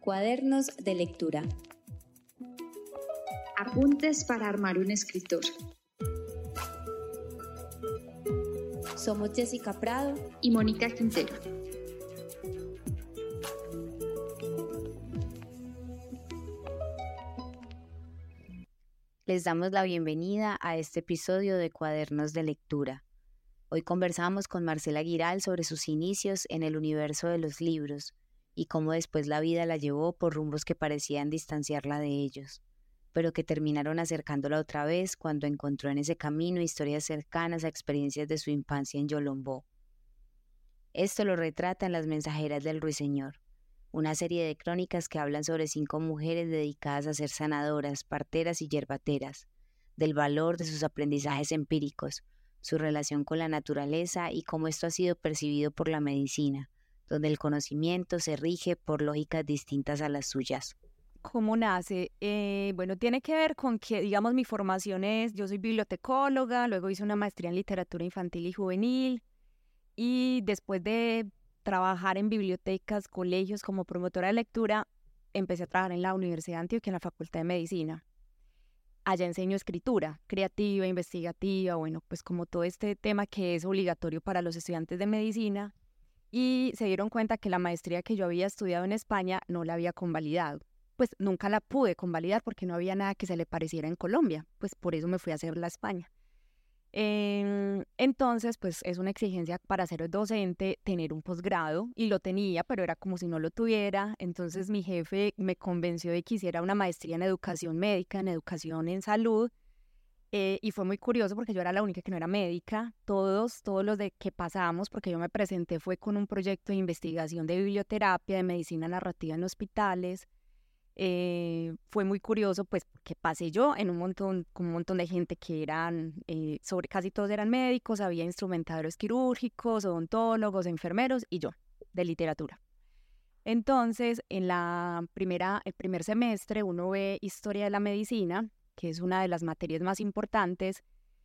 Cuadernos de lectura. Apuntes para armar un escritor. Somos Jessica Prado y Mónica Quintero. Les damos la bienvenida a este episodio de Cuadernos de Lectura. Hoy conversamos con Marcela Guiral sobre sus inicios en el universo de los libros y cómo después la vida la llevó por rumbos que parecían distanciarla de ellos, pero que terminaron acercándola otra vez cuando encontró en ese camino historias cercanas a experiencias de su infancia en Yolombó. Esto lo retrata en Las Mensajeras del Ruiseñor, una serie de crónicas que hablan sobre 5 mujeres dedicadas a ser sanadoras, parteras y yerbateras, del valor de sus aprendizajes empíricos, su relación con la naturaleza y cómo esto ha sido percibido por la medicina, donde el conocimiento se rige por lógicas distintas a las suyas. ¿Cómo nace? Bueno, tiene que ver con que, digamos, mi formación es, yo soy bibliotecóloga, luego hice una maestría en literatura infantil y juvenil, y después de trabajar en bibliotecas, colegios como promotora de lectura, empecé a trabajar en la Universidad de Antioquia, en la Facultad de Medicina. Allá enseño escritura creativa, investigativa, bueno, pues como todo este tema que es obligatorio para los estudiantes de medicina, y se dieron cuenta que la maestría que yo había estudiado en España no la había convalidado. Pues nunca la pude convalidar porque no había nada que se le pareciera en Colombia, pues por eso me fui a hacerla a España. Entonces, pues es una exigencia para ser docente tener un posgrado, y lo tenía, pero era como si no lo tuviera. Entonces mi jefe me convenció de que hiciera una maestría en educación médica, en educación en salud, y fue muy curioso porque yo era la única que no era médica. Todos los de que pasamos, porque yo me presenté fue con un proyecto de investigación de biblioterapia, de medicina narrativa en hospitales. Fue muy curioso, pues, porque pasé yo con un montón de gente que eran, casi todos eran médicos, había instrumentadores quirúrgicos, odontólogos, enfermeros y yo, de literatura. Entonces, el primer semestre uno ve historia de la medicina, que es una de las materias más importantes,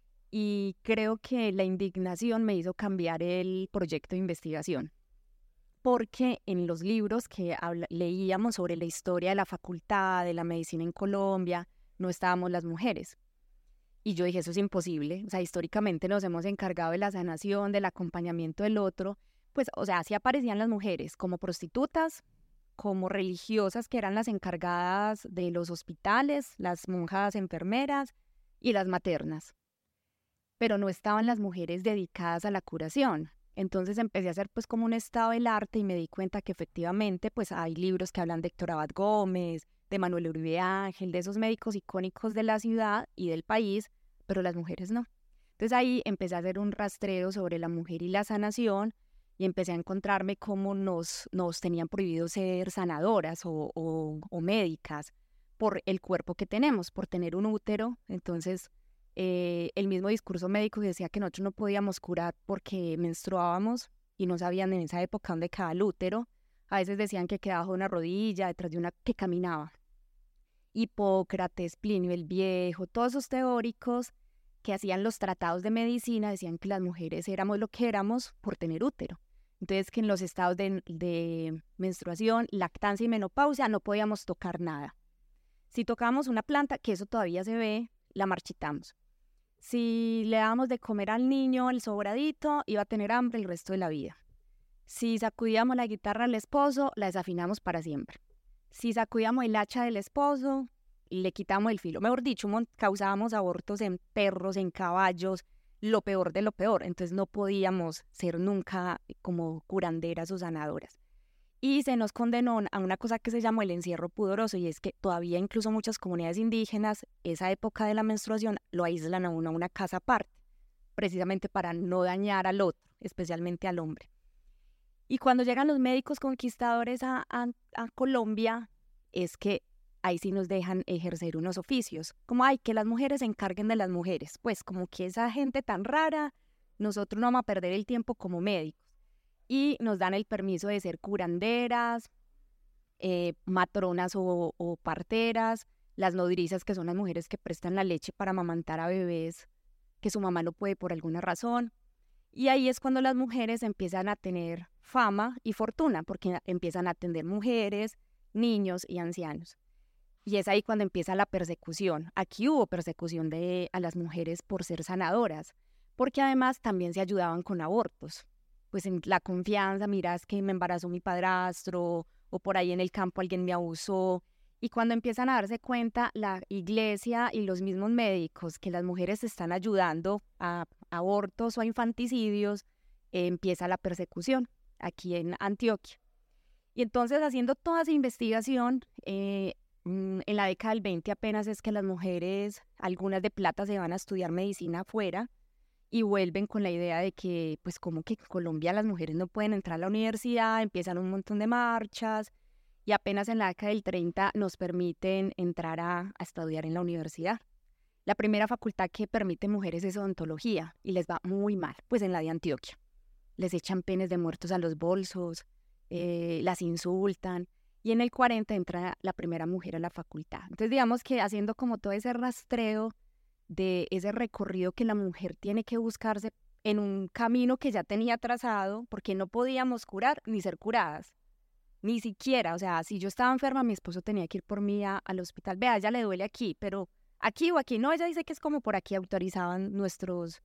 y creo que la indignación me hizo cambiar el proyecto de investigación. Porque en los libros que leíamos sobre la historia de la facultad, de la medicina en Colombia, no estábamos las mujeres. Y yo dije, eso es imposible. O sea, históricamente nos hemos encargado de la sanación, del acompañamiento del otro. Pues, o sea, sí aparecían las mujeres como prostitutas, como religiosas, que eran las encargadas de los hospitales, las monjas enfermeras y las maternas. Pero no estaban las mujeres dedicadas a la curación. Entonces empecé a hacer pues como un estado del arte y me di cuenta que efectivamente pues hay libros que hablan de Héctor Abad Gómez, de Manuel Uribe Ángel, de esos médicos icónicos de la ciudad y del país, pero las mujeres no. Entonces ahí empecé a hacer un rastreo sobre la mujer y la sanación y empecé a encontrarme cómo nos tenían prohibido ser sanadoras o médicas por el cuerpo que tenemos, por tener un útero. Entonces el mismo discurso médico decía que nosotros no podíamos curar porque menstruábamos y no sabían en esa época dónde quedaba el útero. A veces decían que quedaba bajo una rodilla, detrás de una que caminaba. Hipócrates, Plinio el Viejo, todos esos teóricos que hacían los tratados de medicina decían que las mujeres éramos lo que éramos por tener útero. Entonces que en los estados de menstruación, lactancia y menopausia no podíamos tocar nada. Si tocábamos una planta, que eso todavía se ve, la marchitamos. Si le dábamos de comer al niño el sobradito, iba a tener hambre el resto de la vida. Si sacudíamos la guitarra al esposo, la desafinamos para siempre. Si sacudíamos el hacha del esposo, le quitamos el filo. Mejor dicho, causábamos abortos en perros, en caballos, lo peor de lo peor. Entonces no podíamos ser nunca como curanderas o sanadoras. Y se nos condenó a una cosa que se llamó el encierro pudoroso, y es que todavía incluso muchas comunidades indígenas, esa época de la menstruación, lo aíslan a uno a una casa aparte, precisamente para no dañar al otro, especialmente al hombre. Y cuando llegan los médicos conquistadores a Colombia, es que ahí sí nos dejan ejercer unos oficios, como que las mujeres se encarguen de las mujeres, pues como que esa gente tan rara, nosotros no vamos a perder el tiempo como médicos. Y nos dan el permiso de ser curanderas, matronas o parteras, las nodrizas, que son las mujeres que prestan la leche para amamantar a bebés que su mamá no puede por alguna razón. Y ahí es cuando las mujeres empiezan a tener fama y fortuna, porque empiezan a atender mujeres, niños y ancianos. Y es ahí cuando empieza la persecución. Aquí hubo persecución a las mujeres por ser sanadoras, porque además también se ayudaban con abortos. Pues en la confianza, mira, es que me embarazó mi padrastro, o por ahí en el campo alguien me abusó. Y cuando empiezan a darse cuenta la iglesia y los mismos médicos que las mujeres se están ayudando a abortos o a infanticidios, empieza la persecución aquí en Antioquia. Y entonces, haciendo toda esa investigación, en la década del 20 apenas es que las mujeres, algunas de plata, se van a estudiar medicina afuera y vuelven con la idea de que, pues como que en Colombia las mujeres no pueden entrar a la universidad, empiezan un montón de marchas y apenas en la década del 30 nos permiten entrar a estudiar en la universidad. La primera facultad que permite mujeres es odontología y les va muy mal, pues en la de Antioquia. Les echan penes de muertos a los bolsos, las insultan. Y en el 40 entra la primera mujer a la facultad. Entonces, digamos que haciendo como todo ese rastreo de ese recorrido que la mujer tiene que buscarse en un camino que ya tenía trazado, porque no podíamos curar ni ser curadas, ni siquiera. O sea, si yo estaba enferma, mi esposo tenía que ir por mí al hospital. Vea, ella le duele aquí, pero aquí o aquí. No, ella dice que es como por aquí autorizaban nuestros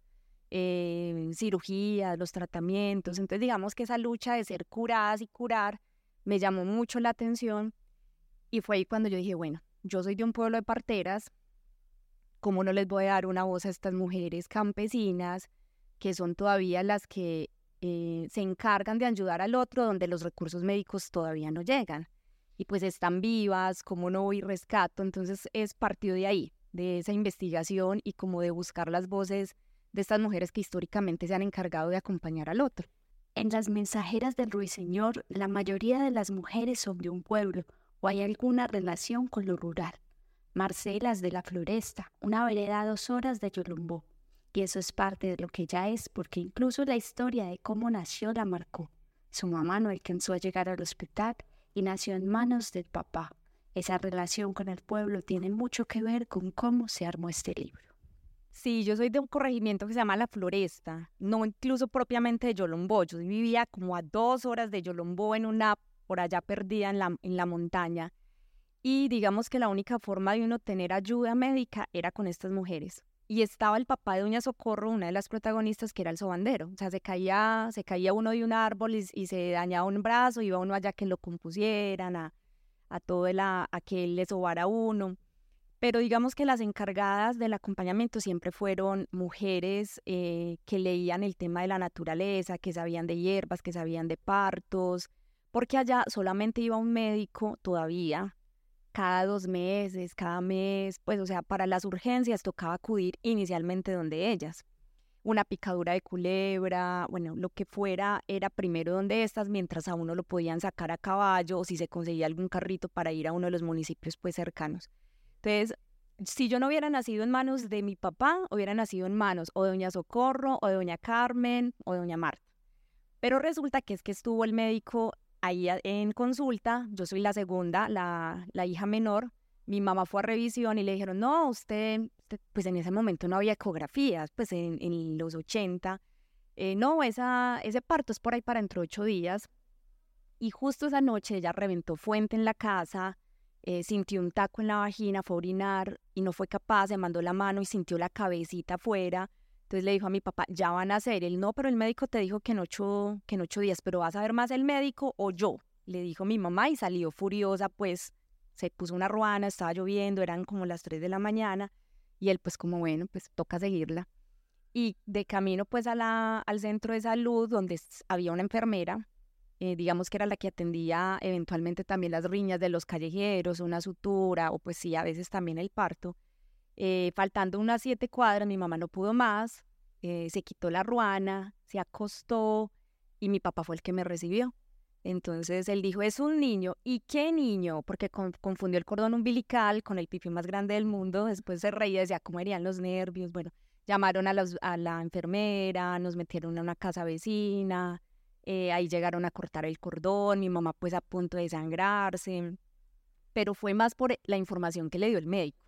cirugías, los tratamientos. Entonces, digamos que esa lucha de ser curadas y curar me llamó mucho la atención y fue ahí cuando yo dije, bueno, yo soy de un pueblo de parteras, ¿cómo no les voy a dar una voz a estas mujeres campesinas que son todavía las que se encargan de ayudar al otro donde los recursos médicos todavía no llegan? Y pues están vivas, ¿cómo no voy y rescato? Entonces es partido de ahí, de esa investigación y como de buscar las voces de estas mujeres que históricamente se han encargado de acompañar al otro. En las mensajeras del ruiseñor, la mayoría de las mujeres son de un pueblo o hay alguna relación con lo rural. Marcela es de la Floresta, una vereda a 2 horas de Yolombó. Y eso es parte de lo que ella es, porque incluso la historia de cómo nació la marcó. Su mamá no alcanzó a llegar al hospital y nació en manos del papá. Esa relación con el pueblo tiene mucho que ver con cómo se armó este libro. Sí, yo soy de un corregimiento que se llama La Floresta, no incluso propiamente de Yolombó. Yo vivía como a 2 horas de Yolombó en una por allá perdida en la montaña. Y digamos que la única forma de uno tener ayuda médica era con estas mujeres. Y estaba el papá de doña Socorro, una de las protagonistas, que era el sobandero. O sea, se caía uno de un árbol y se dañaba un brazo, iba uno allá que lo compusieran, a que él le sobara a uno. Pero digamos que las encargadas del acompañamiento siempre fueron mujeres que leían el tema de la naturaleza, que sabían de hierbas, que sabían de partos, porque allá solamente iba un médico todavía cada 2 meses, cada mes, pues o sea, para las urgencias tocaba acudir inicialmente donde ellas. Una picadura de culebra, bueno, lo que fuera era primero donde estas, mientras a uno lo podían sacar a caballo o si se conseguía algún carrito para ir a uno de los municipios pues cercanos. Entonces, si yo no hubiera nacido en manos de mi papá, hubiera nacido en manos o de doña Socorro, o de doña Carmen, o de doña Marta. Pero resulta que es que estuvo el médico ahí en consulta, yo soy la segunda, la hija menor, mi mamá fue a revisión y le dijeron, no, usted pues en ese momento no había ecografías, pues en los 80, no, ese parto es por ahí para dentro de 8 días. Y justo esa noche ella reventó fuente en la casa, sintió un taco en la vagina, fue a orinar y no fue capaz, se mandó la mano y sintió la cabecita afuera. Entonces le dijo a mi papá, ya van a hacer. Él, no, pero el médico te dijo que en 8 días, pero ¿vas a ver más el médico o yo? Le dijo mi mamá y salió furiosa, pues se puso una ruana, estaba lloviendo, eran como las 3 de la mañana y él pues como bueno, pues toca seguirla. Y de camino pues al centro de salud donde había una enfermera, digamos que era la que atendía eventualmente también las riñas de los callejeros, una sutura o pues sí, a veces también el parto. Faltando unas 7 cuadras, mi mamá no pudo más, se quitó la ruana, se acostó y mi papá fue el que me recibió. Entonces él dijo, es un niño. ¿Y qué niño? Porque confundió el cordón umbilical con el pipí más grande del mundo. Después se reía, decía cómo herían los nervios. Bueno, llamaron a la enfermera, nos metieron a una casa vecina, ahí llegaron a cortar el cordón, mi mamá pues a punto de sangrarse. Pero fue más por la información que le dio el médico.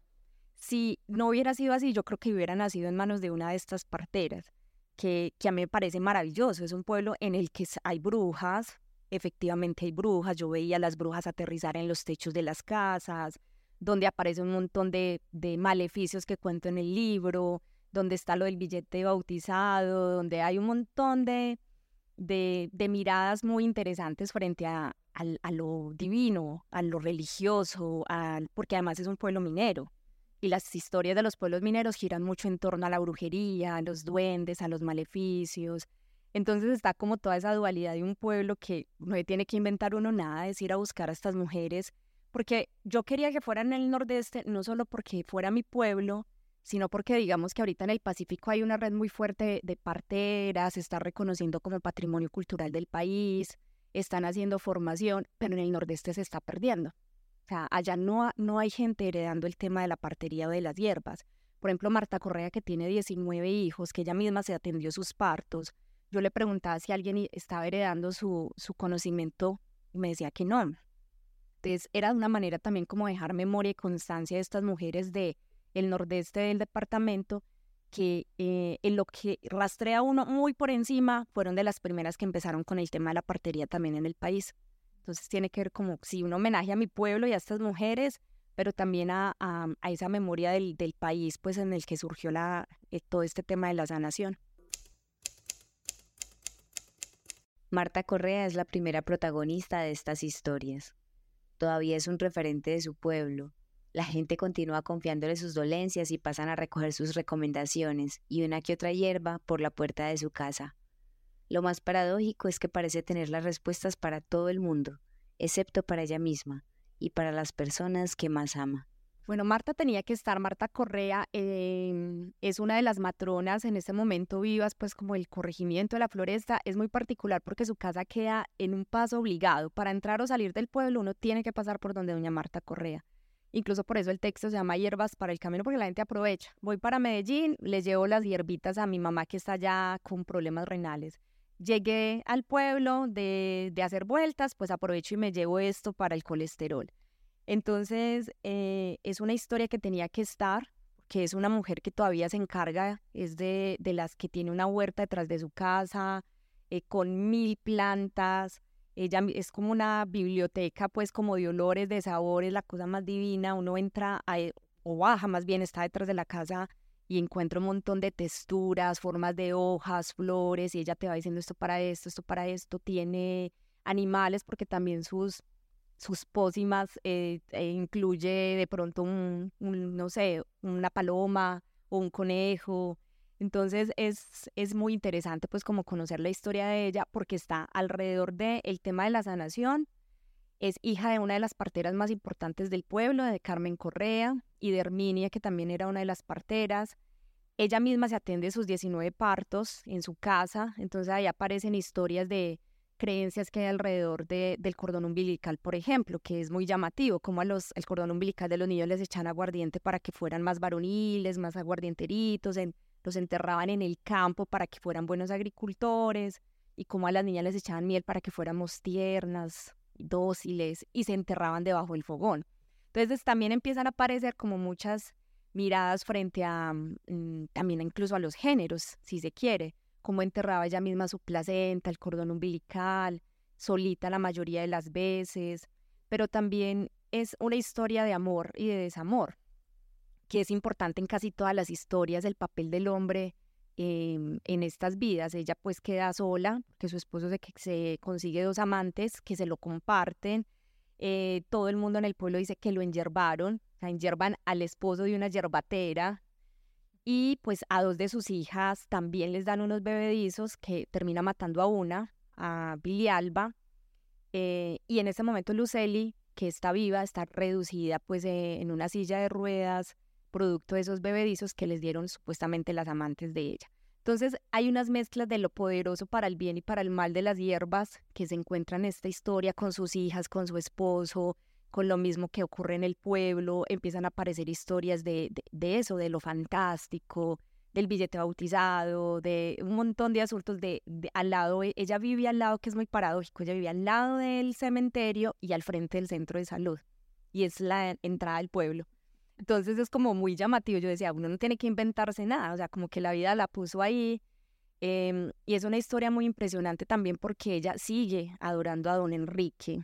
Si no hubiera sido así, yo creo que hubiera nacido en manos de una de estas parteras, que a mí me parece maravilloso. Es un pueblo en el que hay brujas, efectivamente hay brujas. Yo veía las brujas aterrizar en los techos de las casas, donde aparece un montón de maleficios que cuento en el libro, donde está lo del billete bautizado, donde hay un montón de miradas muy interesantes frente a lo divino, a lo religioso, porque además es un pueblo minero. Y las historias de los pueblos mineros giran mucho en torno a la brujería, a los duendes, a los maleficios. Entonces está como toda esa dualidad de un pueblo que no tiene que inventar uno nada, es ir a buscar a estas mujeres, porque yo quería que fueran en el Nordeste, no solo porque fuera mi pueblo, sino porque digamos que ahorita en el Pacífico hay una red muy fuerte de parteras, se está reconociendo como patrimonio cultural del país, están haciendo formación, pero en el Nordeste se está perdiendo. O sea, allá no hay gente heredando el tema de la partería o de las hierbas. Por ejemplo, Marta Correa, que tiene 19 hijos, que ella misma se atendió sus partos, yo le preguntaba si alguien estaba heredando su conocimiento y me decía que no. Entonces era una manera también como dejar memoria y constancia de estas mujeres del nordeste del departamento que en lo que rastrea uno muy por encima fueron de las primeras que empezaron con el tema de la partería también en el país. Entonces tiene que ver como sí, un homenaje a mi pueblo y a estas mujeres, pero también a esa memoria del país pues en el que surgió todo este tema de la sanación. Marta Correa es la primera protagonista de estas historias. Todavía es un referente de su pueblo. La gente continúa confiándole sus dolencias y pasan a recoger sus recomendaciones y una que otra hierba por la puerta de su casa. Lo más paradójico es que parece tener las respuestas para todo el mundo, excepto para ella misma y para las personas que más ama. Bueno, Marta tenía que estar. Marta Correa es una de las matronas en este momento vivas, pues como el corregimiento de la Floresta. Es muy particular porque su casa queda en un paso obligado. Para entrar o salir del pueblo uno tiene que pasar por donde doña Marta Correa. Incluso por eso el texto se llama Hierbas para el Camino, porque la gente aprovecha. Voy para Medellín, le llevo las hierbitas a mi mamá que está allá con problemas renales. Llegué al pueblo de hacer vueltas, pues aprovecho y me llevo esto para el colesterol. Entonces, es una historia que tenía que estar, que es una mujer que todavía se encarga, es de las que tiene una huerta detrás de su casa, con 1000 plantas. Ella es como una biblioteca, pues como de olores, de sabores, la cosa más divina. Uno entra, o baja más bien, está detrás de la casa y encuentra un montón de texturas, formas de hojas, flores, y ella te va diciendo esto para esto. Tiene animales, porque también sus pócimas incluye de pronto no sé, una paloma o un conejo. Entonces es muy interesante pues como conocer la historia de ella porque está alrededor del tema de la sanación. Es hija de una de las parteras más importantes del pueblo, de Carmen Correa, y de Herminia, que también era una de las parteras. Ella misma se atiende sus 19 partos en su casa, entonces ahí aparecen historias de creencias que hay alrededor del cordón umbilical, por ejemplo, que es muy llamativo, como el cordón umbilical de los niños les echan aguardiente para que fueran más varoniles, más aguardienteritos, los enterraban en el campo para que fueran buenos agricultores, y como a las niñas les echaban miel para que fuéramos tiernas, dóciles, y se enterraban debajo del fogón. Entonces también empiezan a aparecer como muchas miradas frente a, también incluso a los géneros, si se quiere, cómo enterraba ella misma su placenta, el cordón umbilical, solita la mayoría de las veces, pero también es una historia de amor y de desamor, que es importante en casi todas las historias, el papel del hombre en estas vidas. Ella pues queda sola, porque su esposo se consigue 2 amantes que se lo comparten. Todo el mundo en el pueblo dice que lo enyerbaron, o sea, enyerban al esposo de una yerbatera, y pues a 2 de sus hijas también les dan unos bebedizos que termina matando a una, a Bilialba, y en ese momento Luceli, que está viva, está reducida pues en una silla de ruedas, producto de esos bebedizos que les dieron supuestamente las amantes de ella. Entonces hay unas mezclas de lo poderoso para el bien y para el mal de las hierbas que se encuentran en esta historia con sus hijas, con su esposo, con lo mismo que ocurre en el pueblo. Empiezan a aparecer historias de eso, de lo fantástico, del billete bautizado, de un montón de asuntos al lado. Ella vivía al lado, que es muy paradójico, ella vivía al lado del cementerio y al frente del centro de salud, y es la entrada al pueblo. Entonces es como muy llamativo. Yo decía, uno no tiene que inventarse nada, o sea, como que la vida la puso ahí. Y es una historia muy impresionante también porque ella sigue adorando a don Enrique.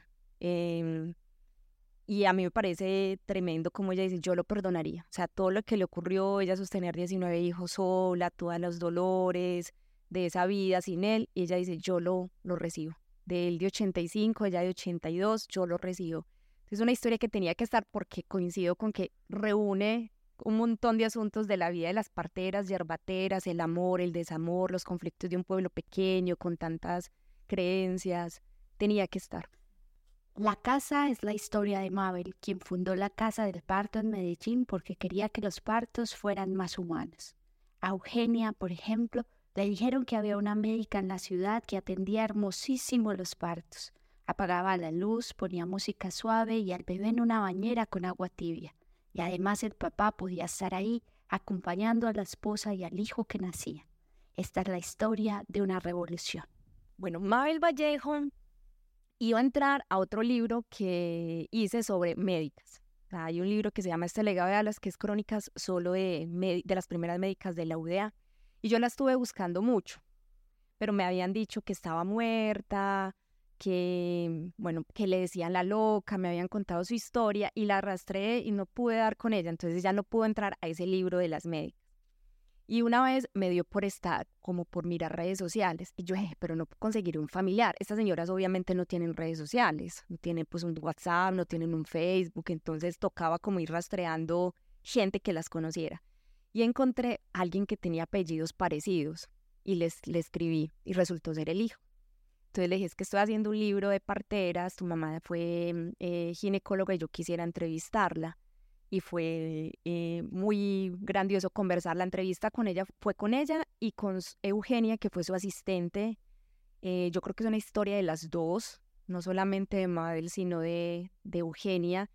Y a mí me parece tremendo como ella dice, yo lo perdonaría. O sea, todo lo que le ocurrió, ella sostener 19 hijos sola, todos los dolores de esa vida sin él, y ella dice, yo lo recibo. De él de 85, ella de 82, yo lo recibo. Es una historia que tenía que estar porque coincido con que reúne un montón de asuntos de la vida de las parteras, yerbateras, el amor, el desamor, los conflictos de un pueblo pequeño con tantas creencias. Tenía que estar. La casa es la historia de Mabel, quien fundó la Casa del Parto en Medellín porque quería que los partos fueran más humanos. A Eugenia, por ejemplo, le dijeron que había una médica en la ciudad que atendía hermosísimo los partos. Apagaba la luz, ponía música suave y al bebé en una bañera con agua tibia. Y además el papá podía estar ahí acompañando a la esposa y al hijo que nacía. Esta es la historia de una revolución. Bueno, Mabel Vallejo iba a entrar a otro libro que hice sobre médicas. Hay un libro que se llama Este legado de Alas, que es crónicas solo de las primeras médicas de la UDA. Y yo la estuve buscando mucho, pero me habían dicho que estaba muerta, que le decían la loca, me habían contado su historia y la arrastré y no pude dar con ella, entonces ya no pude entrar a ese libro de las médicas. Y una vez me dio por estar, como por mirar redes sociales, y yo pero no puedo conseguir un familiar. Estas señoras obviamente no tienen redes sociales, no tienen pues un WhatsApp, no tienen un Facebook, entonces tocaba como ir rastreando gente que las conociera. Y encontré a alguien que tenía apellidos parecidos, y le escribí, y resultó ser el hijo. Entonces le dije, es que estoy haciendo un libro de parteras, tu mamá fue ginecóloga y yo quisiera entrevistarla. Y fue muy grandioso conversar. La entrevista con ella fue con ella y con Eugenia, que fue su asistente. Yo creo que es una historia de las dos, no solamente de Mabel, sino de Eugenia.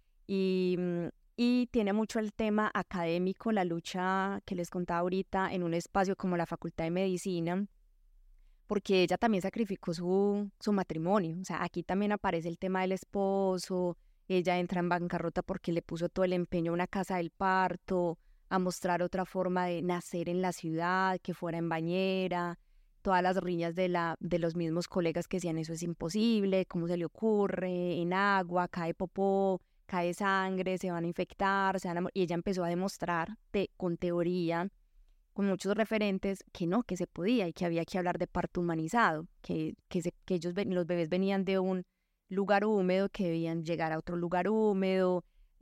Y tiene mucho el tema académico, la lucha que les contaba ahorita en un espacio como la Facultad de Medicina, porque ella también sacrificó su matrimonio. O sea, aquí también aparece el tema del esposo. Ella entra en bancarrota porque le puso todo el empeño a una casa del parto, a mostrar otra forma de nacer en la ciudad, que fuera en bañera, todas las riñas de los mismos colegas que decían eso es imposible, cómo se le ocurre, en agua, cae popó, cae sangre, se van a infectar, y ella empezó a demostrar con teoría, con muchos referentes, que no, que se podía y que había que hablar de parto humanizado, que los bebés venían de un lugar húmedo, que debían llegar a otro lugar húmedo,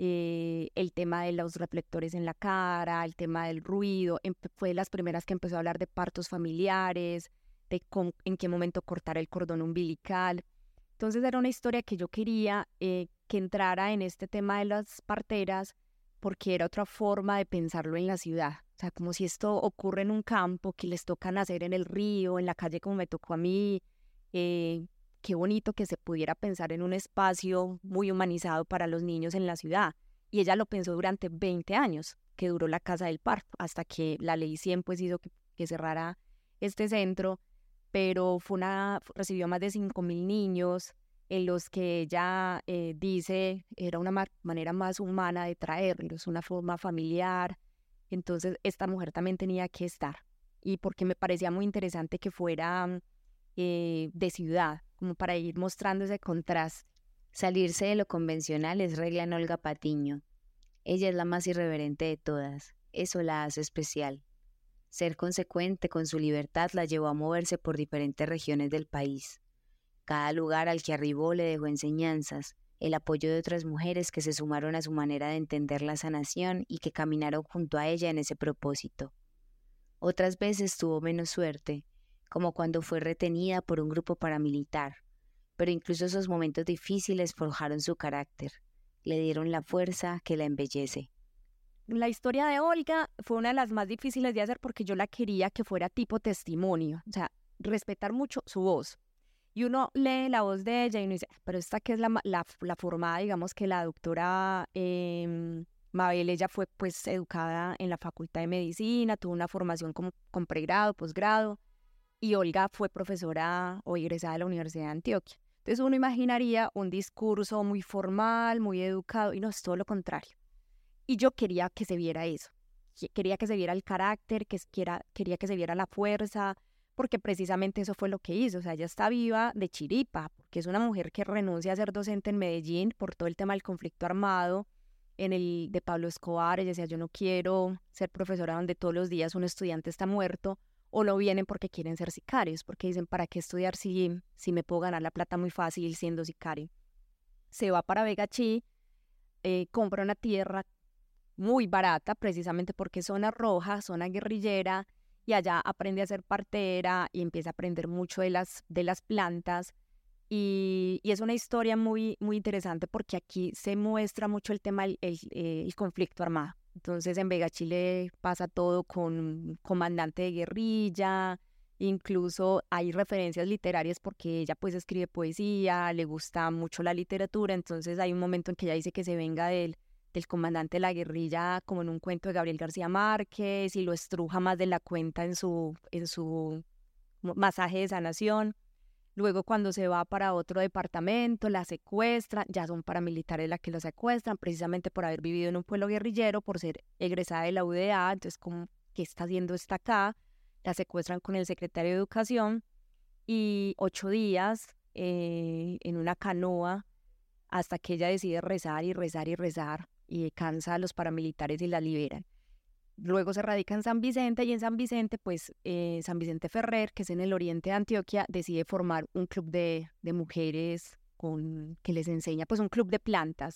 el tema de los reflectores en la cara, el tema del ruido, fue de las primeras que empezó a hablar de partos familiares, en qué momento cortar el cordón umbilical. Entonces era una historia que yo quería que entrara en este tema de las parteras, porque era otra forma de pensarlo en la ciudad. O sea, como si esto ocurre en un campo, que les toca nacer en el río, en la calle como me tocó a mí. Qué bonito que se pudiera pensar en un espacio muy humanizado para los niños en la ciudad. Y ella lo pensó durante 20 años, que duró la Casa del Parto, hasta que la Ley 100 pues hizo que cerrara este centro, pero recibió más de 5.000 niños, en los que ella dice era una manera más humana de traerlos, una forma familiar. Entonces esta mujer también tenía que estar, y porque me parecía muy interesante que fuera de ciudad, como para ir mostrando ese contraste. Salirse de lo convencional es regla en Olga Patiño. Ella es la más irreverente de todas. Eso la hace especial. Ser consecuente con su libertad la llevó a moverse por diferentes regiones del país. Cada lugar al que arribó le dejó enseñanzas, el apoyo de otras mujeres que se sumaron a su manera de entender la sanación y que caminaron junto a ella en ese propósito. Otras veces tuvo menos suerte, como cuando fue retenida por un grupo paramilitar, pero incluso esos momentos difíciles forjaron su carácter, le dieron la fuerza que la embellece. La historia de Olga fue una de las más difíciles de hacer porque yo la quería que fuera tipo testimonio, o sea, respetar mucho su voz. Y uno lee la voz de ella y uno dice, pero esta que es la formada, digamos que la doctora Mabel, ella fue pues educada en la Facultad de Medicina, tuvo una formación con pregrado, posgrado, y Olga fue profesora o egresada de la Universidad de Antioquia. Entonces uno imaginaría un discurso muy formal, muy educado, y no, es todo lo contrario. Y yo quería que se viera eso, quería que se viera el carácter, quería que se viera la fuerza, porque precisamente eso fue lo que hizo. O sea, ella está viva de chiripa, porque es una mujer que renuncia a ser docente en Medellín por todo el tema del conflicto armado de Pablo Escobar. Ella decía, yo no quiero ser profesora donde todos los días un estudiante está muerto, o no vienen porque quieren ser sicarios, porque dicen, ¿para qué estudiar si me puedo ganar la plata muy fácil siendo sicario? Se va para Vegachí, compra una tierra muy barata, precisamente porque es zona roja, zona guerrillera, y allá aprende a ser partera y empieza a aprender mucho de las plantas. Y es una historia muy, muy interesante porque aquí se muestra mucho el tema el conflicto armado. Entonces en Vegachí le pasa todo con un comandante de guerrilla, incluso hay referencias literarias porque ella pues escribe poesía, le gusta mucho la literatura, entonces hay un momento en que ella dice que se venga del comandante de la guerrilla como en un cuento de Gabriel García Márquez y lo estruja más de la cuenta en su masaje de sanación. Luego cuando se va para otro departamento, la secuestran, ya son paramilitares las que la secuestran, precisamente por haber vivido en un pueblo guerrillero, por ser egresada de la UDA, entonces como, ¿qué está haciendo esta acá? La secuestran con el secretario de Educación y 8 días en una canoa hasta que ella decide rezar y rezar y rezar y cansa a los paramilitares y la liberan. Luego se radica en San Vicente y en San Vicente, pues San Vicente Ferrer, que es en el oriente de Antioquia, decide formar un club de mujeres que les enseña, pues un club de plantas.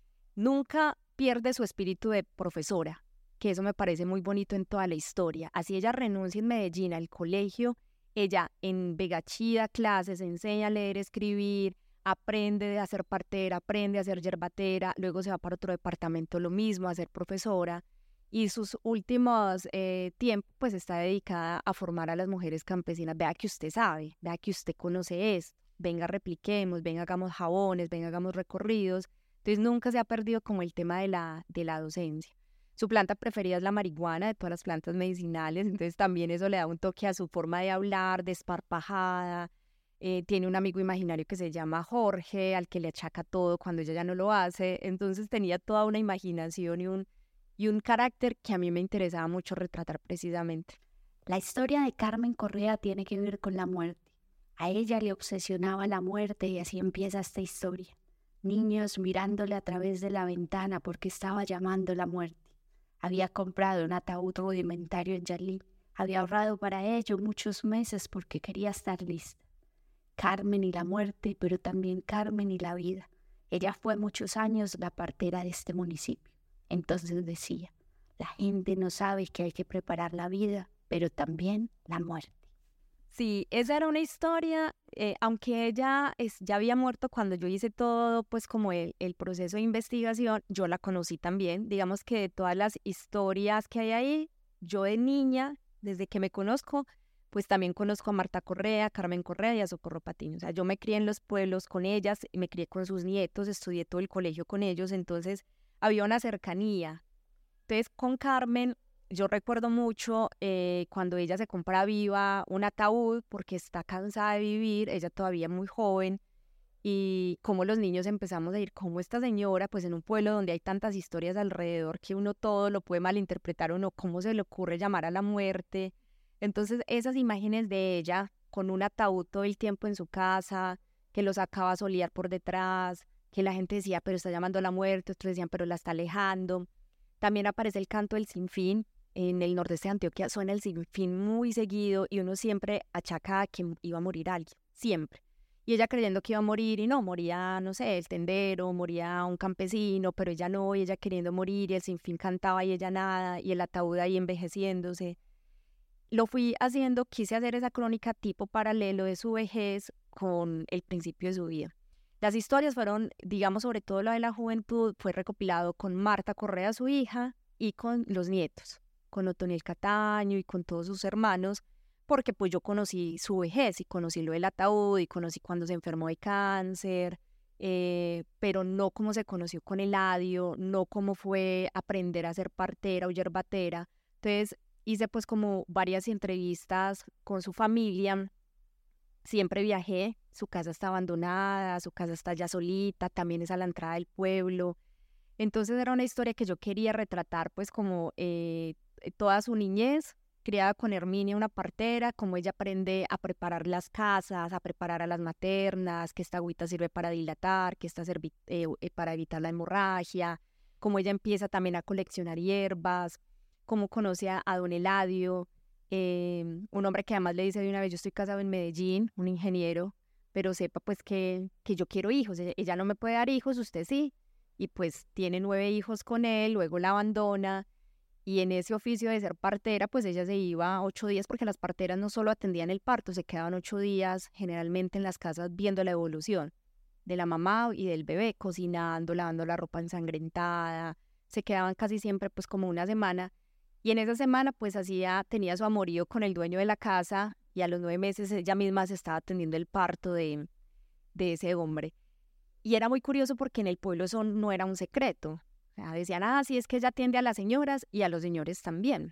Nunca pierde su espíritu de profesora, que eso me parece muy bonito en toda la historia. Así ella renuncia en Medellín al colegio, ella en Vegachí da clases, enseña a leer, escribir, aprende a ser partera, aprende a ser yerbatera, luego se va para otro departamento lo mismo, a ser profesora. Y sus últimos tiempos pues está dedicada a formar a las mujeres campesinas. Vea que usted sabe, vea que usted conoce esto, venga repliquemos, venga hagamos jabones, venga hagamos recorridos. Entonces nunca se ha perdido como el tema de la docencia. Su planta preferida es la marihuana de todas las plantas medicinales, entonces también eso le da un toque a su forma de hablar, desparpajada. Tiene un amigo imaginario que se llama Jorge, al que le achaca todo cuando ella ya no lo hace. Entonces tenía toda una imaginación y un carácter que a mí me interesaba mucho retratar precisamente. La historia de Carmen Correa tiene que ver con la muerte. A ella le obsesionaba la muerte y así empieza esta historia. Niños mirándole a través de la ventana porque estaba llamando la muerte. Había comprado un ataúd rudimentario en Yalí. Había ahorrado para ello muchos meses porque quería estar lista. Carmen y la muerte, pero también Carmen y la vida. Ella fue muchos años la partera de este municipio. Entonces decía, la gente no sabe que hay que preparar la vida, pero también la muerte. Sí, esa era una historia, aunque ella ya había muerto cuando yo hice todo, pues como el proceso de investigación, yo la conocí también. Digamos que de todas las historias que hay ahí, yo de niña, desde que me conozco, pues también conozco a Marta Correa, a Carmen Correa y a Socorro Patiño. O sea, yo me crié en los pueblos con ellas, me crié con sus nietos, estudié todo el colegio con ellos, entonces había una cercanía. Entonces con Carmen, yo recuerdo mucho cuando ella se compra viva un ataúd porque está cansada de vivir, ella todavía muy joven, y cómo los niños empezamos a ir, como esta señora, pues en un pueblo donde hay tantas historias alrededor que uno todo lo puede malinterpretar o no, cómo se le ocurre llamar a la muerte. Entonces esas imágenes de ella con un ataúd todo el tiempo en su casa, que lo sacaba a solear por detrás, que la gente decía, pero está llamando a la muerte, otros decían, pero la está alejando. También aparece el canto del Sinfín, en el nordeste de Antioquia suena el Sinfín muy seguido y uno siempre achaca a que iba a morir alguien, siempre. Y ella creyendo que iba a morir y no, moría, no sé, el tendero, moría un campesino, pero ella no, y ella queriendo morir y el Sinfín cantaba y ella nada, y el ataúd ahí envejeciéndose. Lo fui haciendo, quise hacer esa crónica tipo paralelo de su vejez con el principio de su vida. Las historias fueron, digamos, sobre todo lo de la juventud, fue recopilado con Marta Correa, su hija, y con los nietos, con Otoniel Cataño y con todos sus hermanos, porque pues yo conocí su vejez y conocí lo del ataúd y conocí cuando se enfermó de cáncer, pero no cómo se conoció con Eladio, no cómo fue aprender a ser partera o yerbatera. Entonces hice pues como varias entrevistas con su familia. Siempre viajé, su casa está abandonada, su casa está ya solita, también es a la entrada del pueblo. Entonces era una historia que yo quería retratar pues como toda su niñez criada con Herminia, una partera, cómo ella aprende a preparar las casas, a preparar a las maternas, que esta agüita sirve para dilatar, que esta sirve para evitar la hemorragia, cómo ella empieza también a coleccionar hierbas, cómo conoce a don Eladio, un hombre que además le dice de una vez: yo estoy casado en Medellín, un ingeniero, pero sepa pues que yo quiero hijos, ella no me puede dar hijos, usted sí, y pues tiene 9 hijos con él, luego la abandona, y en ese oficio de ser partera, pues ella se iba 8 días, porque las parteras no solo atendían el parto, se quedaban 8 días generalmente en las casas viendo la evolución de la mamá y del bebé, cocinando, lavando la ropa ensangrentada, se quedaban casi siempre pues como una semana, y en esa semana pues tenía su amorío con el dueño de la casa, y a los 9 meses ella misma se estaba atendiendo el parto de ese hombre. Y era muy curioso porque en el pueblo eso no era un secreto. O sea, decían: sí, es que ella atiende a las señoras y a los señores también.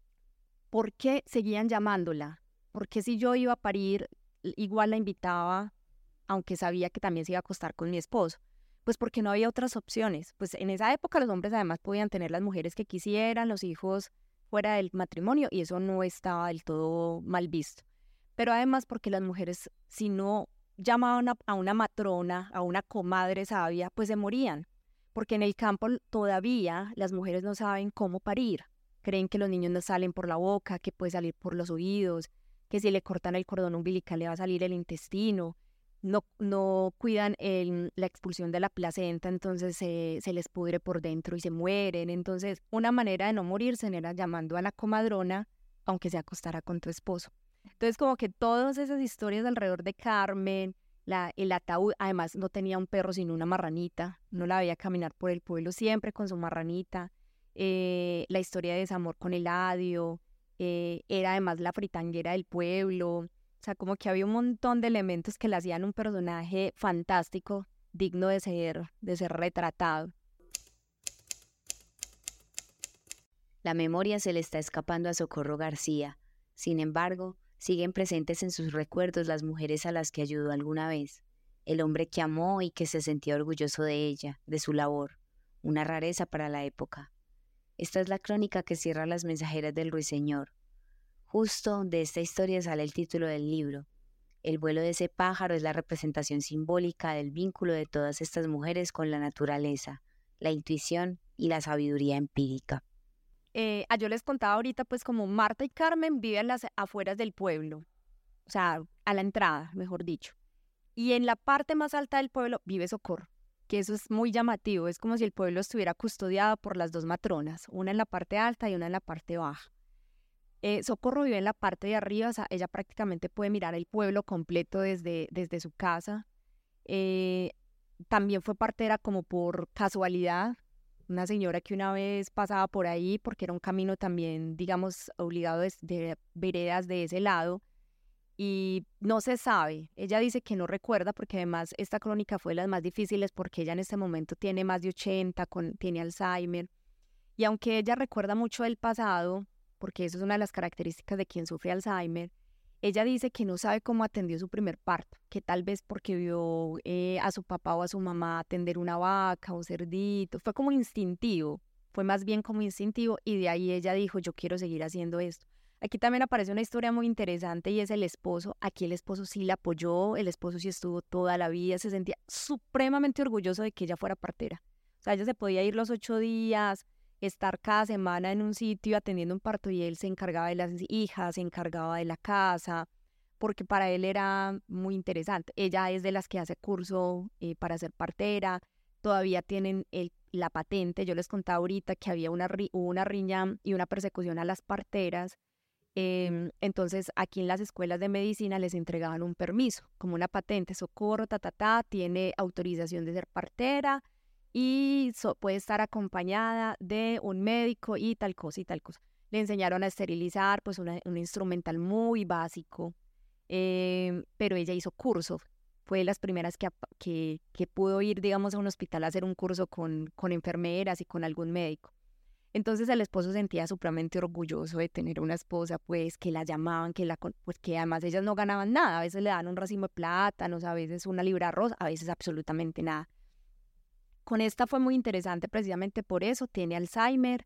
¿Por qué seguían llamándola? Porque si yo iba a parir, igual la invitaba, aunque sabía que también se iba a acostar con mi esposo? Pues porque no había otras opciones. Pues en esa época los hombres además podían tener las mujeres que quisieran, los hijos fuera del matrimonio, y eso no estaba del todo mal visto. Pero además porque las mujeres, si no llamaban a una matrona, a una comadre sabia, pues se morían. Porque en el campo todavía las mujeres no saben cómo parir. Creen que los niños no salen por la boca, que puede salir por los oídos, que si le cortan el cordón umbilical le va a salir el intestino. No cuidan la expulsión de la placenta, entonces se les pudre por dentro y se mueren. Entonces, una manera de no morirse era llamando a la comadrona, aunque se acostara con tu esposo. Entonces, como que todas esas historias alrededor de Carmen, el ataúd, además no tenía un perro sino una marranita, no la veía caminar por el pueblo siempre con su marranita, la historia de desamor con Eladio, era además la fritanguera del pueblo, o sea, como que había un montón de elementos que le hacían un personaje fantástico, digno de ser retratado. La memoria se le está escapando a Socorro García. Sin embargo, siguen presentes en sus recuerdos las mujeres a las que ayudó alguna vez, el hombre que amó y que se sentía orgulloso de ella, de su labor, una rareza para la época. Esta es la crónica que cierra Las mensajeras del ruiseñor. Justo de esta historia sale el título del libro. El vuelo de ese pájaro es la representación simbólica del vínculo de todas estas mujeres con la naturaleza, la intuición y la sabiduría empírica. Yo les contaba ahorita, pues como Marta y Carmen viven las afueras del pueblo, o sea, a la entrada, mejor dicho. Y en la parte más alta del pueblo vive Socorro, que eso es muy llamativo, es como si el pueblo estuviera custodiado por las 2 matronas, una en la parte alta y una en la parte baja. Socorro vive en la parte de arriba, o sea, ella prácticamente puede mirar el pueblo completo desde su casa. También fue partera como por casualidad, una señora que una vez pasaba por ahí, porque era un camino también, digamos, obligado de veredas de ese lado, y no se sabe. Ella dice que no recuerda, porque además esta crónica fue de las más difíciles, porque ella en este momento tiene más de 80, tiene Alzheimer, y aunque ella recuerda mucho del pasado, porque eso es una de las características de quien sufre Alzheimer, ella dice que no sabe cómo atendió su primer parto, que tal vez porque vio a su papá o a su mamá atender una vaca o cerdito, fue como instintivo, fue más bien como instintivo, y de ahí ella dijo: yo quiero seguir haciendo esto. Aquí también aparece una historia muy interesante, y es el esposo. Aquí el esposo sí la apoyó, el esposo sí estuvo toda la vida, se sentía supremamente orgulloso de que ella fuera partera. O sea, ella se podía ir los 8 días, estar cada semana en un sitio atendiendo un parto, y él se encargaba de las hijas, se encargaba de la casa, porque para él era muy interesante. Ella es de las que hace curso para ser partera, todavía tienen la patente. Yo les contaba ahorita que hubo una riña y una persecución a las parteras, entonces aquí en las escuelas de medicina les entregaban un permiso, como una patente: Socorro, tiene autorización de ser partera, y puede estar acompañada de un médico y tal cosa y tal cosa. Le enseñaron a esterilizar, pues un instrumental muy básico, pero ella hizo curso. Fue de las primeras que pudo ir, digamos, a un hospital a hacer un curso con enfermeras y con algún médico. Entonces el esposo sentía supremamente orgulloso de tener una esposa, pues, que la llamaban, pues que además ellas no ganaban nada. A veces le dan un racimo de plátanos, a veces una libra de arroz, a veces absolutamente nada. Con esta fue muy interesante precisamente por eso, tiene Alzheimer,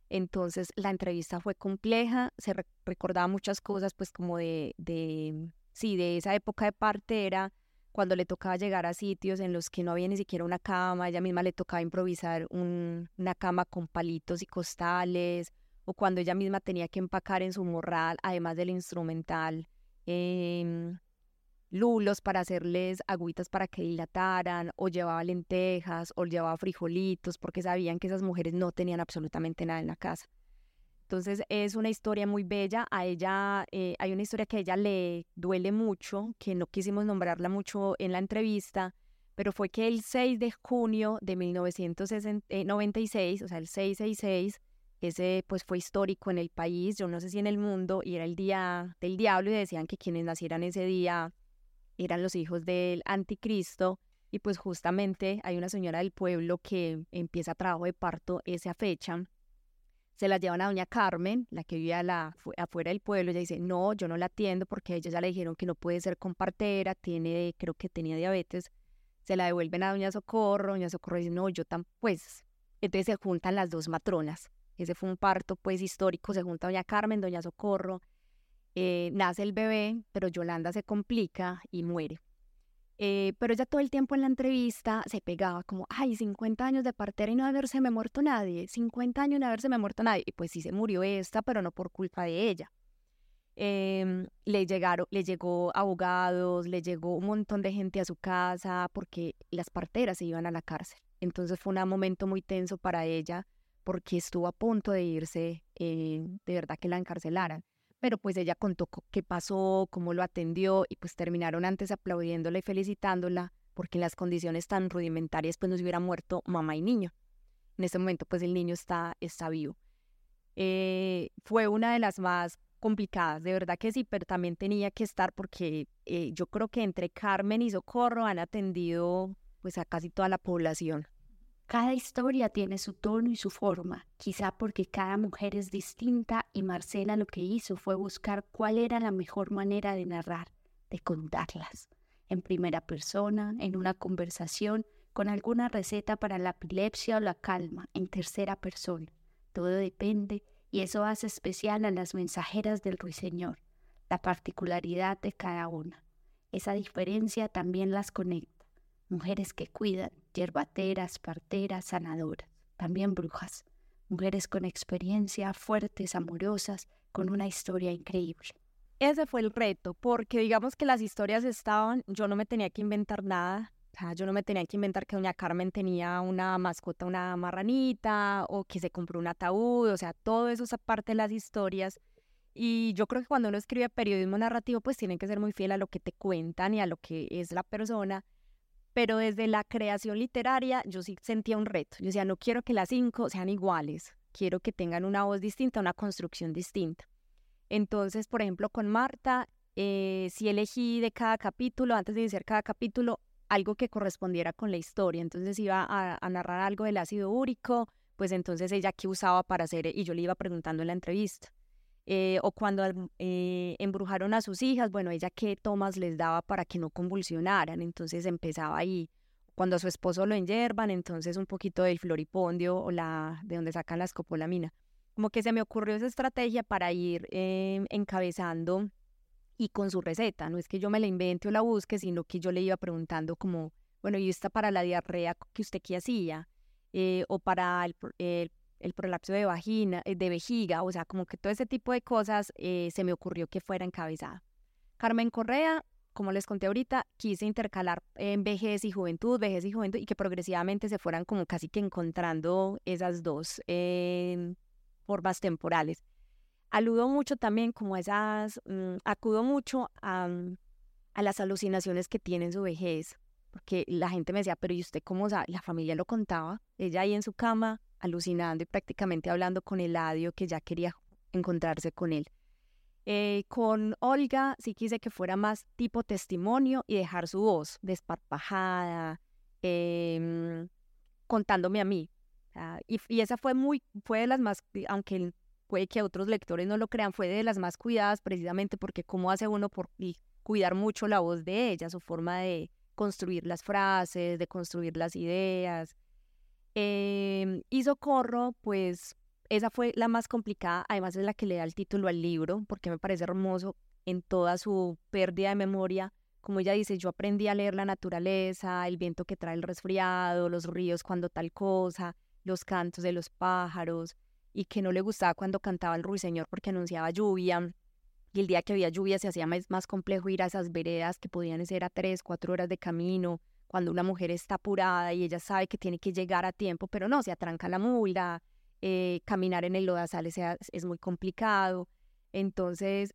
Entonces la entrevista fue compleja, recordaba muchas cosas pues como sí, de esa época de partera, cuando le tocaba llegar a sitios en los que no había ni siquiera una cama, ella misma le tocaba improvisar una cama con palitos y costales, o cuando ella misma tenía que empacar en su morral, además del instrumental, lulos para hacerles agüitas para que dilataran, o llevaba lentejas, o llevaba frijolitos, porque sabían que esas mujeres no tenían absolutamente nada en la casa. Entonces es una historia muy bella. A ella hay una historia que a ella le duele mucho, que no quisimos nombrarla mucho en la entrevista, pero fue que el 6 de junio de 1996, o sea, el 666, ese pues fue histórico en el país, yo no sé si en el mundo, y era el día del diablo, y decían que quienes nacieran ese día eran los hijos del anticristo, y pues justamente hay una señora del pueblo que empieza trabajo de parto esa fecha. Se la llevan a doña Carmen, la que vivía afuera del pueblo. Ella dice, no, yo no la atiendo porque a ella ya le dijeron que no puede ser con partera, creo que tenía diabetes. Se la devuelven a doña Socorro dice, no, yo tampoco, pues. Entonces se juntan las dos matronas. Ese fue un parto pues histórico, se junta doña Carmen, doña Socorro, nace el bebé, pero Yolanda se complica y muere. Pero ella todo el tiempo en la entrevista se pegaba como, 50 años de partera y no habérseme muerto nadie, 50 años y no habérseme muerto nadie. Y pues sí se murió esta, pero no por culpa de ella. Le llegó abogados, le llegó un montón de gente a su casa porque las parteras se iban a la cárcel. Entonces fue un momento muy tenso para ella porque estuvo a punto de irse, de verdad que la encarcelaran. Pero pues ella contó qué pasó, cómo lo atendió, y pues terminaron antes aplaudiéndola y felicitándola porque en las condiciones tan rudimentarias pues no se hubiera muerto mamá y niño. En este momento pues el niño está vivo. Fue una de las más complicadas, de verdad que sí, pero también tenía que estar porque yo creo que entre Carmen y Socorro han atendido pues a casi toda la población. Cada historia tiene su tono y su forma, quizá porque cada mujer es distinta, y Marcela lo que hizo fue buscar cuál era la mejor manera de narrar, de contarlas, en primera persona, en una conversación, con alguna receta para la epilepsia o la calma, en tercera persona. Todo depende, y eso hace especial a las mensajeras del Ruiseñor, la particularidad de cada una. Esa diferencia también las conecta. Mujeres que cuidan, yerbateras, parteras, sanadoras, también brujas, mujeres con experiencia, fuertes, amorosas, con una historia increíble. Ese fue el reto, porque digamos que las historias estaban, yo no me tenía que inventar nada, o sea, yo no me tenía que inventar que doña Carmen tenía una mascota, una marranita, o que se compró un ataúd, o sea, todo eso es parte de las historias. Y yo creo que cuando uno escribe periodismo narrativo, pues tiene que ser muy fiel a lo que te cuentan y a lo que es la persona. Pero desde la creación literaria yo sí sentía un reto. Yo decía, no quiero que las 5 sean iguales, quiero que tengan una voz distinta, una construcción distinta. Entonces, por ejemplo, con Marta, sí elegí de cada capítulo, antes de iniciar cada capítulo, algo que correspondiera con la historia. Entonces iba a narrar algo del ácido úrico, pues entonces ella qué usaba para hacer, y yo le iba preguntando en la entrevista. O cuando embrujaron a sus hijas, bueno, ella qué tomas les daba para que no convulsionaran, entonces empezaba ahí. Cuando a su esposo lo enyerban, entonces un poquito del floripondio o de donde sacan la escopolamina. Como que se me ocurrió esa estrategia para ir encabezando y con su receta. No es que yo me la invente o la busque, sino que yo le iba preguntando como, bueno, ¿y esta para la diarrea que usted qué hacía? O para el prolapso de vejiga, o sea, como que todo ese tipo de cosas se me ocurrió que fuera encabezada. Carmen Correa, como les conté ahorita, quise intercalar en vejez y juventud, y que progresivamente se fueran como casi que encontrando esas dos formas temporales. Acudo mucho también como acudo mucho a las alucinaciones que tiene en su vejez, porque la gente me decía, pero ¿y usted cómo sabe? La familia lo contaba, ella ahí en su cama, alucinando y prácticamente hablando con Eladio, que ya quería encontrarse con él. Con Olga sí quise que fuera más tipo testimonio y dejar su voz desparpajada, contándome a mí. Y esa fue de las más, aunque puede que otros lectores no lo crean, fue de las más cuidadas precisamente porque cómo hace uno por cuidar mucho la voz de ella, su forma de construir las frases, de construir las ideas. Y Socorro, pues esa fue la más complicada, además es la que le da el título al libro, porque me parece hermoso en toda su pérdida de memoria. Como ella dice, yo aprendí a leer la naturaleza, el viento que trae el resfriado, los ríos cuando tal cosa, los cantos de los pájaros, y que no le gustaba cuando cantaba el ruiseñor porque anunciaba lluvia, y el día que había lluvia se hacía más complejo ir a esas veredas que podían ser a 3, 4 horas de camino, cuando una mujer está apurada y ella sabe que tiene que llegar a tiempo, pero no, se atranca la mula, caminar en el lodazal es muy complicado. Entonces,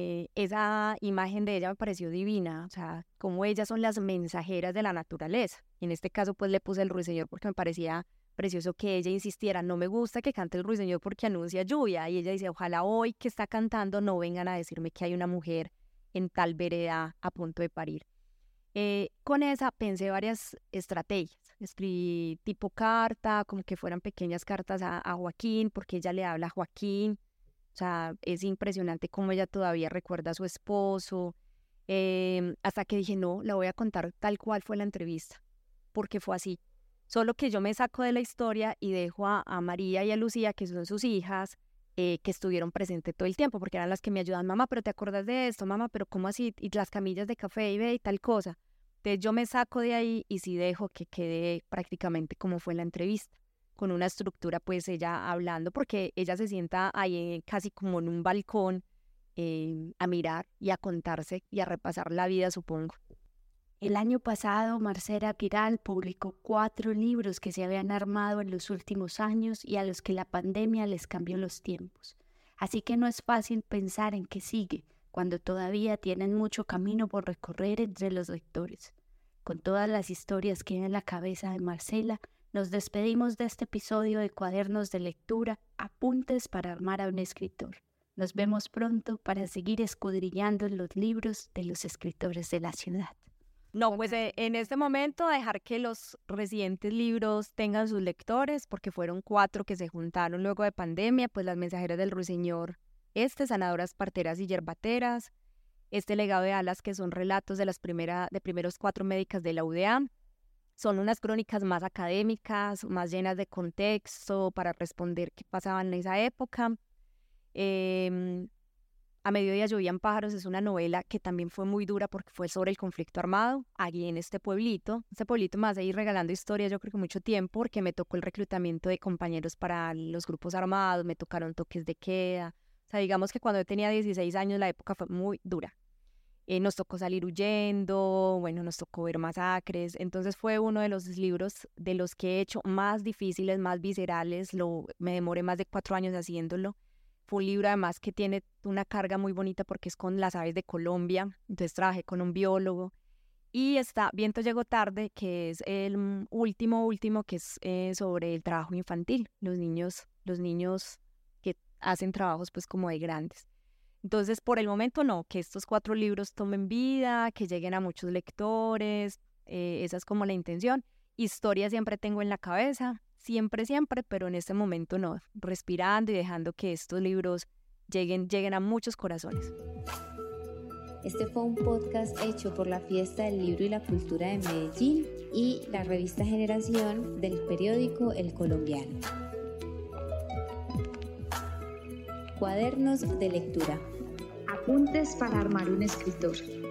esa imagen de ella me pareció divina, o sea, como ellas son las mensajeras de la naturaleza. Y en este caso, pues le puse el ruiseñor porque me parecía precioso que ella insistiera, no me gusta que cante el ruiseñor porque anuncia lluvia. Y ella dice, ojalá hoy que está cantando no vengan a decirme que hay una mujer en tal vereda a punto de parir. Con esa pensé varias estrategias. Escribí tipo carta, como que fueran pequeñas cartas a Joaquín, porque ella le habla a Joaquín. O sea, es impresionante cómo ella todavía recuerda a su esposo. Hasta que dije, no, la voy a contar tal cual fue la entrevista, porque fue así. Solo que yo me saco de la historia y dejo a María y a Lucía, que son sus hijas, que estuvieron presentes todo el tiempo, porque eran las que me ayudan. Mamá, ¿pero te acuerdas de esto? Mamá, ¿pero cómo así? Y las camillas de café y ve y tal cosa. Entonces yo me saco de ahí y sí dejo que quede prácticamente como fue la entrevista, con una estructura, pues ella hablando, porque ella se sienta ahí casi como en un balcón a mirar y a contarse y a repasar la vida, supongo. El año pasado, Marcela Giral publicó 4 libros que se habían armado en los últimos años y a los que la pandemia les cambió los tiempos. Así que no es fácil pensar en qué sigue, cuando todavía tienen mucho camino por recorrer entre los lectores. Con todas las historias que hay en la cabeza de Marcela, nos despedimos de este episodio de Cuadernos de Lectura, apuntes para armar a un escritor. Nos vemos pronto para seguir escudriñando en los libros de los escritores de la ciudad. No, pues en este momento dejar que los recientes libros tengan sus lectores, porque fueron 4 que se juntaron luego de pandemia, pues Las mensajeras del ruiseñor, Sanadoras, parteras y yerbateras, Legado de alas, que son relatos de primeros 4 médicas de la UdeA. Son unas crónicas más académicas, más llenas de contexto para responder qué pasaba en esa época. A mediodía llovían pájaros es una novela que también fue muy dura porque fue sobre el conflicto armado allí en este pueblito. Este pueblito me hace ir regalando historias yo creo que mucho tiempo, porque me tocó el reclutamiento de compañeros para los grupos armados, me tocaron toques de queda. O sea, digamos que cuando yo tenía 16 años la época fue muy dura. Nos tocó salir huyendo, bueno, nos tocó ver masacres. Entonces fue uno de los libros de los que he hecho más difíciles, más viscerales. Me demoré más de 4 años haciéndolo. Fue un libro además que tiene una carga muy bonita porque es con las aves de Colombia. Entonces trabajé con un biólogo. Y está Viento llegó tarde, que es el último, que es sobre el trabajo infantil. Los niños que hacen trabajos pues como de grandes. Entonces, por el momento no, que estos 4 libros tomen vida, que lleguen a muchos lectores, esa es como la intención. Historia siempre tengo en la cabeza, siempre, pero en este momento no, respirando y dejando que estos libros lleguen a muchos corazones. Este fue un podcast hecho por la Fiesta del Libro y la Cultura de Medellín y la revista Generación del periódico El Colombiano. Cuadernos de Lectura. Apuntes para armar un escritor.